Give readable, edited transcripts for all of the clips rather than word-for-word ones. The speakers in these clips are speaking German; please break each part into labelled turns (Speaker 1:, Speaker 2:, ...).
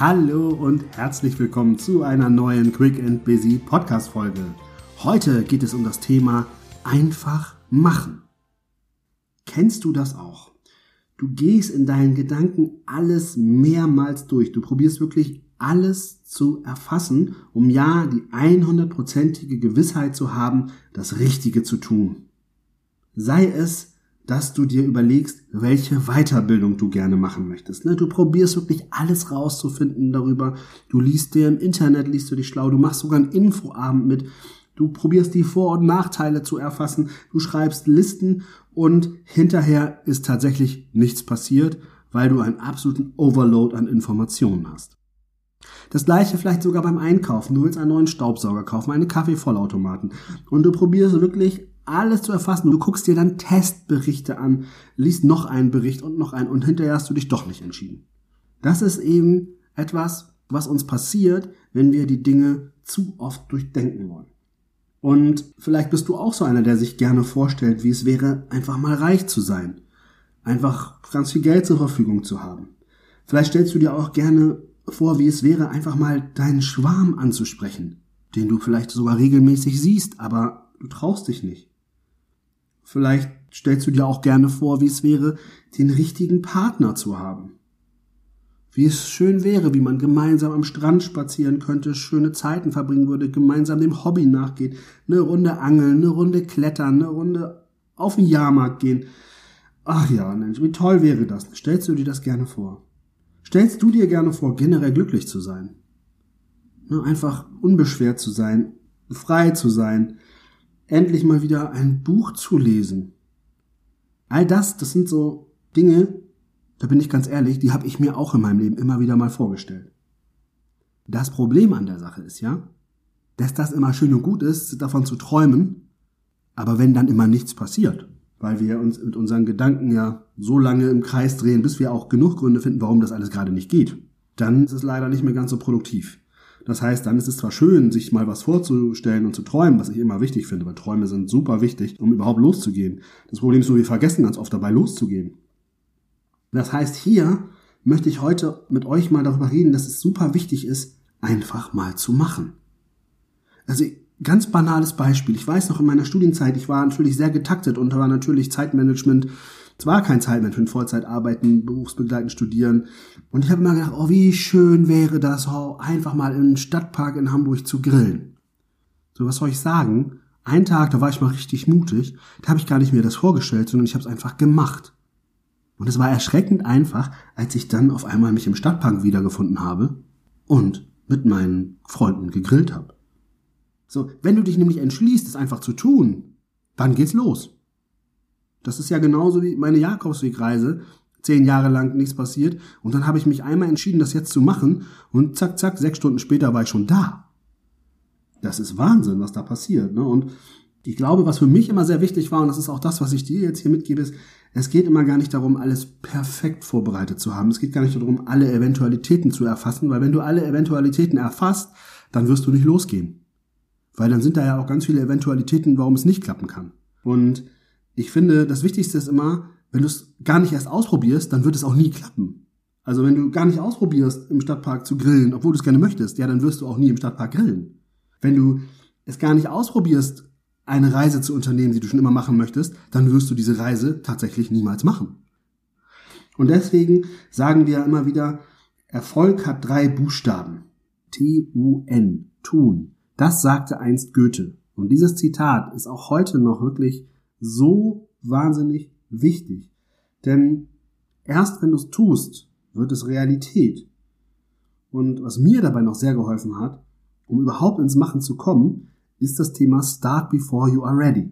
Speaker 1: Hallo und herzlich willkommen zu einer neuen Quick and Busy Podcast Folge. Heute geht es um das Thema einfach machen. Kennst du das auch? Du gehst in deinen Gedanken alles mehrmals durch. Du probierst wirklich alles zu erfassen, um ja die 100%ige Gewissheit zu haben, das Richtige zu tun. Sei es, dass du dir überlegst, welche Weiterbildung du gerne machen möchtest. Du probierst wirklich alles rauszufinden darüber. Du liest dir im Internet, liest du dich schlau, du machst sogar einen Infoabend mit. Du probierst die Vor- und Nachteile zu erfassen. Du schreibst Listen und hinterher ist tatsächlich nichts passiert, weil du einen absoluten Overload an Informationen hast. Das gleiche vielleicht sogar beim Einkaufen. Du willst einen neuen Staubsauger kaufen, einen Kaffeevollautomaten und du probierst wirklich alles zu erfassen. Du guckst dir dann Testberichte an, liest noch einen Bericht und noch einen und hinterher hast du dich doch nicht entschieden. Das ist eben etwas, was uns passiert, wenn wir die Dinge zu oft durchdenken wollen. Und vielleicht bist du auch so einer, der sich gerne vorstellt, wie es wäre, einfach mal reich zu sein. Einfach ganz viel Geld zur Verfügung zu haben. Vielleicht stellst du dir auch gerne vor, wie es wäre, einfach mal deinen Schwarm anzusprechen, den du vielleicht sogar regelmäßig siehst, aber du traust dich nicht. Vielleicht stellst du dir auch gerne vor, wie es wäre, den richtigen Partner zu haben. Wie es schön wäre, wie man gemeinsam am Strand spazieren könnte, schöne Zeiten verbringen würde, gemeinsam dem Hobby nachgeht, eine Runde angeln, eine Runde klettern, eine Runde auf den Jahrmarkt gehen. Ach ja, Mensch, wie toll wäre das? Stellst du dir das gerne vor? Stellst du dir gerne vor, generell glücklich zu sein? Einfach unbeschwert zu sein, frei zu sein, endlich mal wieder ein Buch zu lesen. All das sind so Dinge, da bin ich ganz ehrlich, die habe ich mir auch in meinem Leben immer wieder mal vorgestellt. Das Problem an der Sache ist ja, dass das immer schön und gut ist, davon zu träumen, aber wenn dann immer nichts passiert, weil wir uns mit unseren Gedanken ja so lange im Kreis drehen, bis wir auch genug Gründe finden, warum das alles gerade nicht geht, dann ist es leider nicht mehr ganz so produktiv. Das heißt, dann ist es zwar schön, sich mal was vorzustellen und zu träumen, was ich immer wichtig finde, weil Träume sind super wichtig, um überhaupt loszugehen. Das Problem ist nur, wir vergessen ganz oft dabei loszugehen. Das heißt, hier möchte ich heute mit euch mal darüber reden, dass es super wichtig ist, einfach mal zu machen. Also ganz banales Beispiel. Ich weiß noch in meiner Studienzeit, ich war natürlich sehr getaktet und war natürlich Zeitmanagement. Es war kein Zeitmanagement, Vollzeit arbeiten, berufsbegleitend studieren. Und ich habe immer gedacht, oh, wie schön wäre das, einfach mal im Stadtpark in Hamburg zu grillen. So, was soll ich sagen? Einen Tag, da war ich mal richtig mutig, da habe ich gar nicht mir das vorgestellt, sondern ich habe es einfach gemacht. Und es war erschreckend einfach, als ich dann auf einmal mich im Stadtpark wiedergefunden habe und mit meinen Freunden gegrillt habe. So, wenn du dich nämlich entschließt, es einfach zu tun, dann geht's los. Das ist ja genauso wie meine Jakobswegreise. 10 Jahre lang nichts passiert. Und dann habe ich mich einmal entschieden, das jetzt zu machen. Und zack, zack, 6 Stunden später war ich schon da. Das ist Wahnsinn, was da passiert. Und ich glaube, was für mich immer sehr wichtig war, und das ist auch das, was ich dir jetzt hier mitgebe, ist, es geht immer gar nicht darum, alles perfekt vorbereitet zu haben. Es geht gar nicht darum, alle Eventualitäten zu erfassen. Weil wenn du alle Eventualitäten erfasst, dann wirst du nicht losgehen. Weil dann sind da ja auch ganz viele Eventualitäten, warum es nicht klappen kann. Und ich finde, das Wichtigste ist immer, wenn du es gar nicht erst ausprobierst, dann wird es auch nie klappen. Also wenn du gar nicht ausprobierst, im Stadtpark zu grillen, obwohl du es gerne möchtest, ja, dann wirst du auch nie im Stadtpark grillen. Wenn du es gar nicht ausprobierst, eine Reise zu unternehmen, die du schon immer machen möchtest, dann wirst du diese Reise tatsächlich niemals machen. Und deswegen sagen wir immer wieder, Erfolg hat 3 Buchstaben. T-U-N, tun. Das sagte einst Goethe. Und dieses Zitat ist auch heute noch wirklich so wahnsinnig wichtig. Denn erst wenn du es tust, wird es Realität. Und was mir dabei noch sehr geholfen hat, um überhaupt ins Machen zu kommen, ist das Thema Start before you are ready.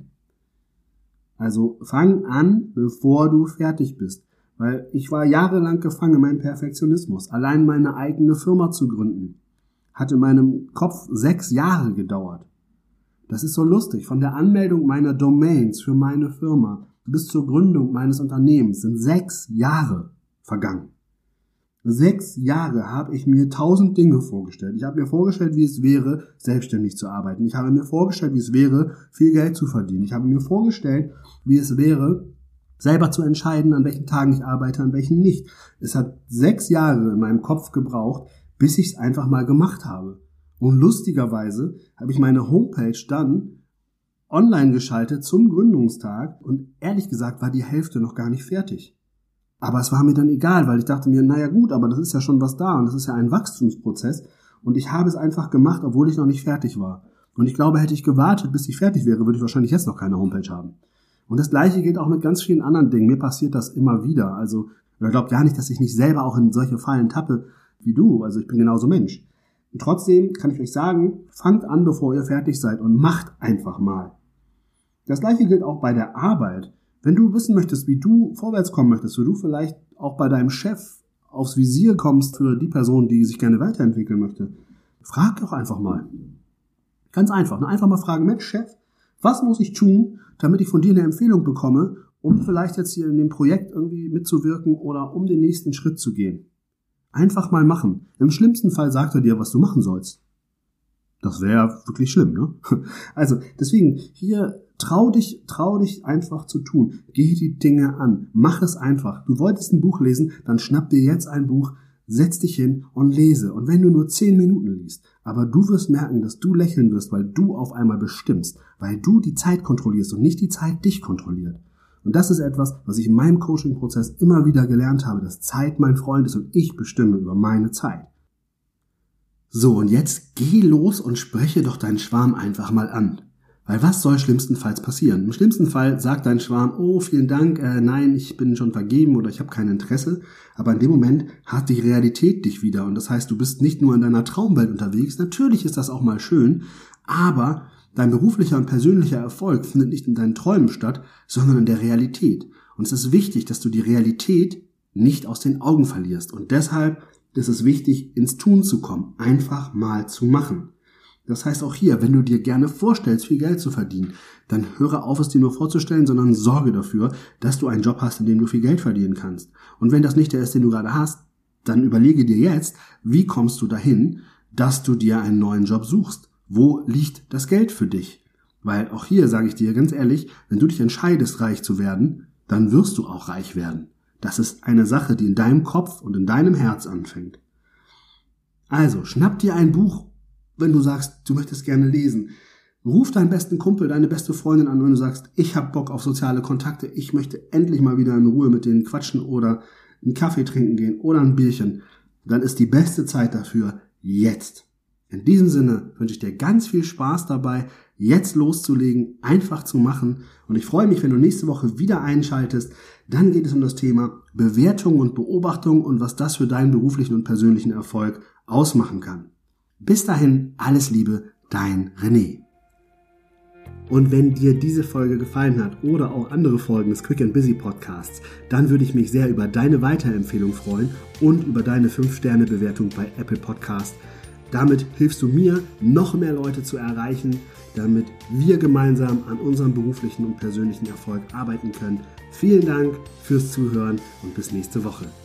Speaker 1: Also fang an, bevor du fertig bist. Weil ich war jahrelang gefangen in meinem Perfektionismus. Allein meine eigene Firma zu gründen, hat in meinem Kopf 6 Jahre gedauert. Das ist so lustig. Von der Anmeldung meiner Domains für meine Firma bis zur Gründung meines Unternehmens sind 6 Jahre vergangen. 6 Jahre habe ich mir 1000 Dinge vorgestellt. Ich habe mir vorgestellt, wie es wäre, selbstständig zu arbeiten. Ich habe mir vorgestellt, wie es wäre, viel Geld zu verdienen. Ich habe mir vorgestellt, wie es wäre, selber zu entscheiden, an welchen Tagen ich arbeite, an welchen nicht. Es hat 6 Jahre in meinem Kopf gebraucht, bis ich es einfach mal gemacht habe. Und lustigerweise habe ich meine Homepage dann online geschaltet zum Gründungstag und ehrlich gesagt war die Hälfte noch gar nicht fertig. Aber es war mir dann egal, weil ich dachte mir, naja gut, aber das ist ja schon was da und das ist ja ein Wachstumsprozess und ich habe es einfach gemacht, obwohl ich noch nicht fertig war. Und ich glaube, hätte ich gewartet, bis ich fertig wäre, würde ich wahrscheinlich jetzt noch keine Homepage haben. Und das Gleiche gilt auch mit ganz vielen anderen Dingen. Mir passiert das immer wieder. Also, ich glaube gar nicht, dass ich nicht selber auch in solche Fallen tappe wie du. Also, ich bin genauso Mensch. Und trotzdem kann ich euch sagen, fangt an, bevor ihr fertig seid und macht einfach mal. Das Gleiche gilt auch bei der Arbeit. Wenn du wissen möchtest, wie du vorwärts kommen möchtest, wie du vielleicht auch bei deinem Chef aufs Visier kommst für die Person, die sich gerne weiterentwickeln möchte, frag doch einfach mal. Ganz einfach. Einfach mal fragen, Mensch, Chef, was muss ich tun, damit ich von dir eine Empfehlung bekomme, um vielleicht jetzt hier in dem Projekt irgendwie mitzuwirken oder um den nächsten Schritt zu gehen? Einfach mal machen. Im schlimmsten Fall sagt er dir, was du machen sollst. Das wäre wirklich schlimm, ne? Also, deswegen, hier, trau dich einfach zu tun. Geh die Dinge an. Mach es einfach. Du wolltest ein Buch lesen, dann schnapp dir jetzt ein Buch, setz dich hin und lese. Und wenn du nur 10 Minuten liest, aber du wirst merken, dass du lächeln wirst, weil du auf einmal bestimmst, weil du die Zeit kontrollierst und nicht die Zeit dich kontrolliert. Und das ist etwas, was ich in meinem Coaching-Prozess immer wieder gelernt habe, dass Zeit mein Freund ist und ich bestimme über meine Zeit. So, und jetzt geh los und spreche doch deinen Schwarm einfach mal an. Weil was soll schlimmstenfalls passieren? Im schlimmsten Fall sagt dein Schwarm, oh, vielen Dank, nein, ich bin schon vergeben oder ich habe kein Interesse. Aber in dem Moment hat die Realität dich wieder. Und das heißt, du bist nicht nur in deiner Traumwelt unterwegs. Natürlich ist das auch mal schön, aber dein beruflicher und persönlicher Erfolg findet nicht in deinen Träumen statt, sondern in der Realität. Und es ist wichtig, dass du die Realität nicht aus den Augen verlierst. Und deshalb ist es wichtig, ins Tun zu kommen, einfach mal zu machen. Das heißt auch hier, wenn du dir gerne vorstellst, viel Geld zu verdienen, dann höre auf, es dir nur vorzustellen, sondern sorge dafür, dass du einen Job hast, in dem du viel Geld verdienen kannst. Und wenn das nicht der ist, den du gerade hast, dann überlege dir jetzt, wie kommst du dahin, dass du dir einen neuen Job suchst? Wo liegt das Geld für dich? Weil auch hier sage ich dir ganz ehrlich, wenn du dich entscheidest, reich zu werden, dann wirst du auch reich werden. Das ist eine Sache, die in deinem Kopf und in deinem Herz anfängt. Also, schnapp dir ein Buch, wenn du sagst, du möchtest gerne lesen. Ruf deinen besten Kumpel, deine beste Freundin an, wenn du sagst, ich habe Bock auf soziale Kontakte, ich möchte endlich mal wieder in Ruhe mit denen quatschen oder einen Kaffee trinken gehen oder ein Bierchen. Dann ist die beste Zeit dafür jetzt. In diesem Sinne wünsche ich dir ganz viel Spaß dabei, jetzt loszulegen, einfach zu machen. Und ich freue mich, wenn du nächste Woche wieder einschaltest. Dann geht es um das Thema Bewertung und Beobachtung und was das für deinen beruflichen und persönlichen Erfolg ausmachen kann. Bis dahin, alles Liebe, dein René. Und wenn dir diese Folge gefallen hat oder auch andere Folgen des Quick and Busy Podcasts, dann würde ich mich sehr über deine Weiterempfehlung freuen und über deine 5-Sterne-Bewertung bei Apple Podcast. Damit hilfst du mir, noch mehr Leute zu erreichen, damit wir gemeinsam an unserem beruflichen und persönlichen Erfolg arbeiten können. Vielen Dank fürs Zuhören und bis nächste Woche.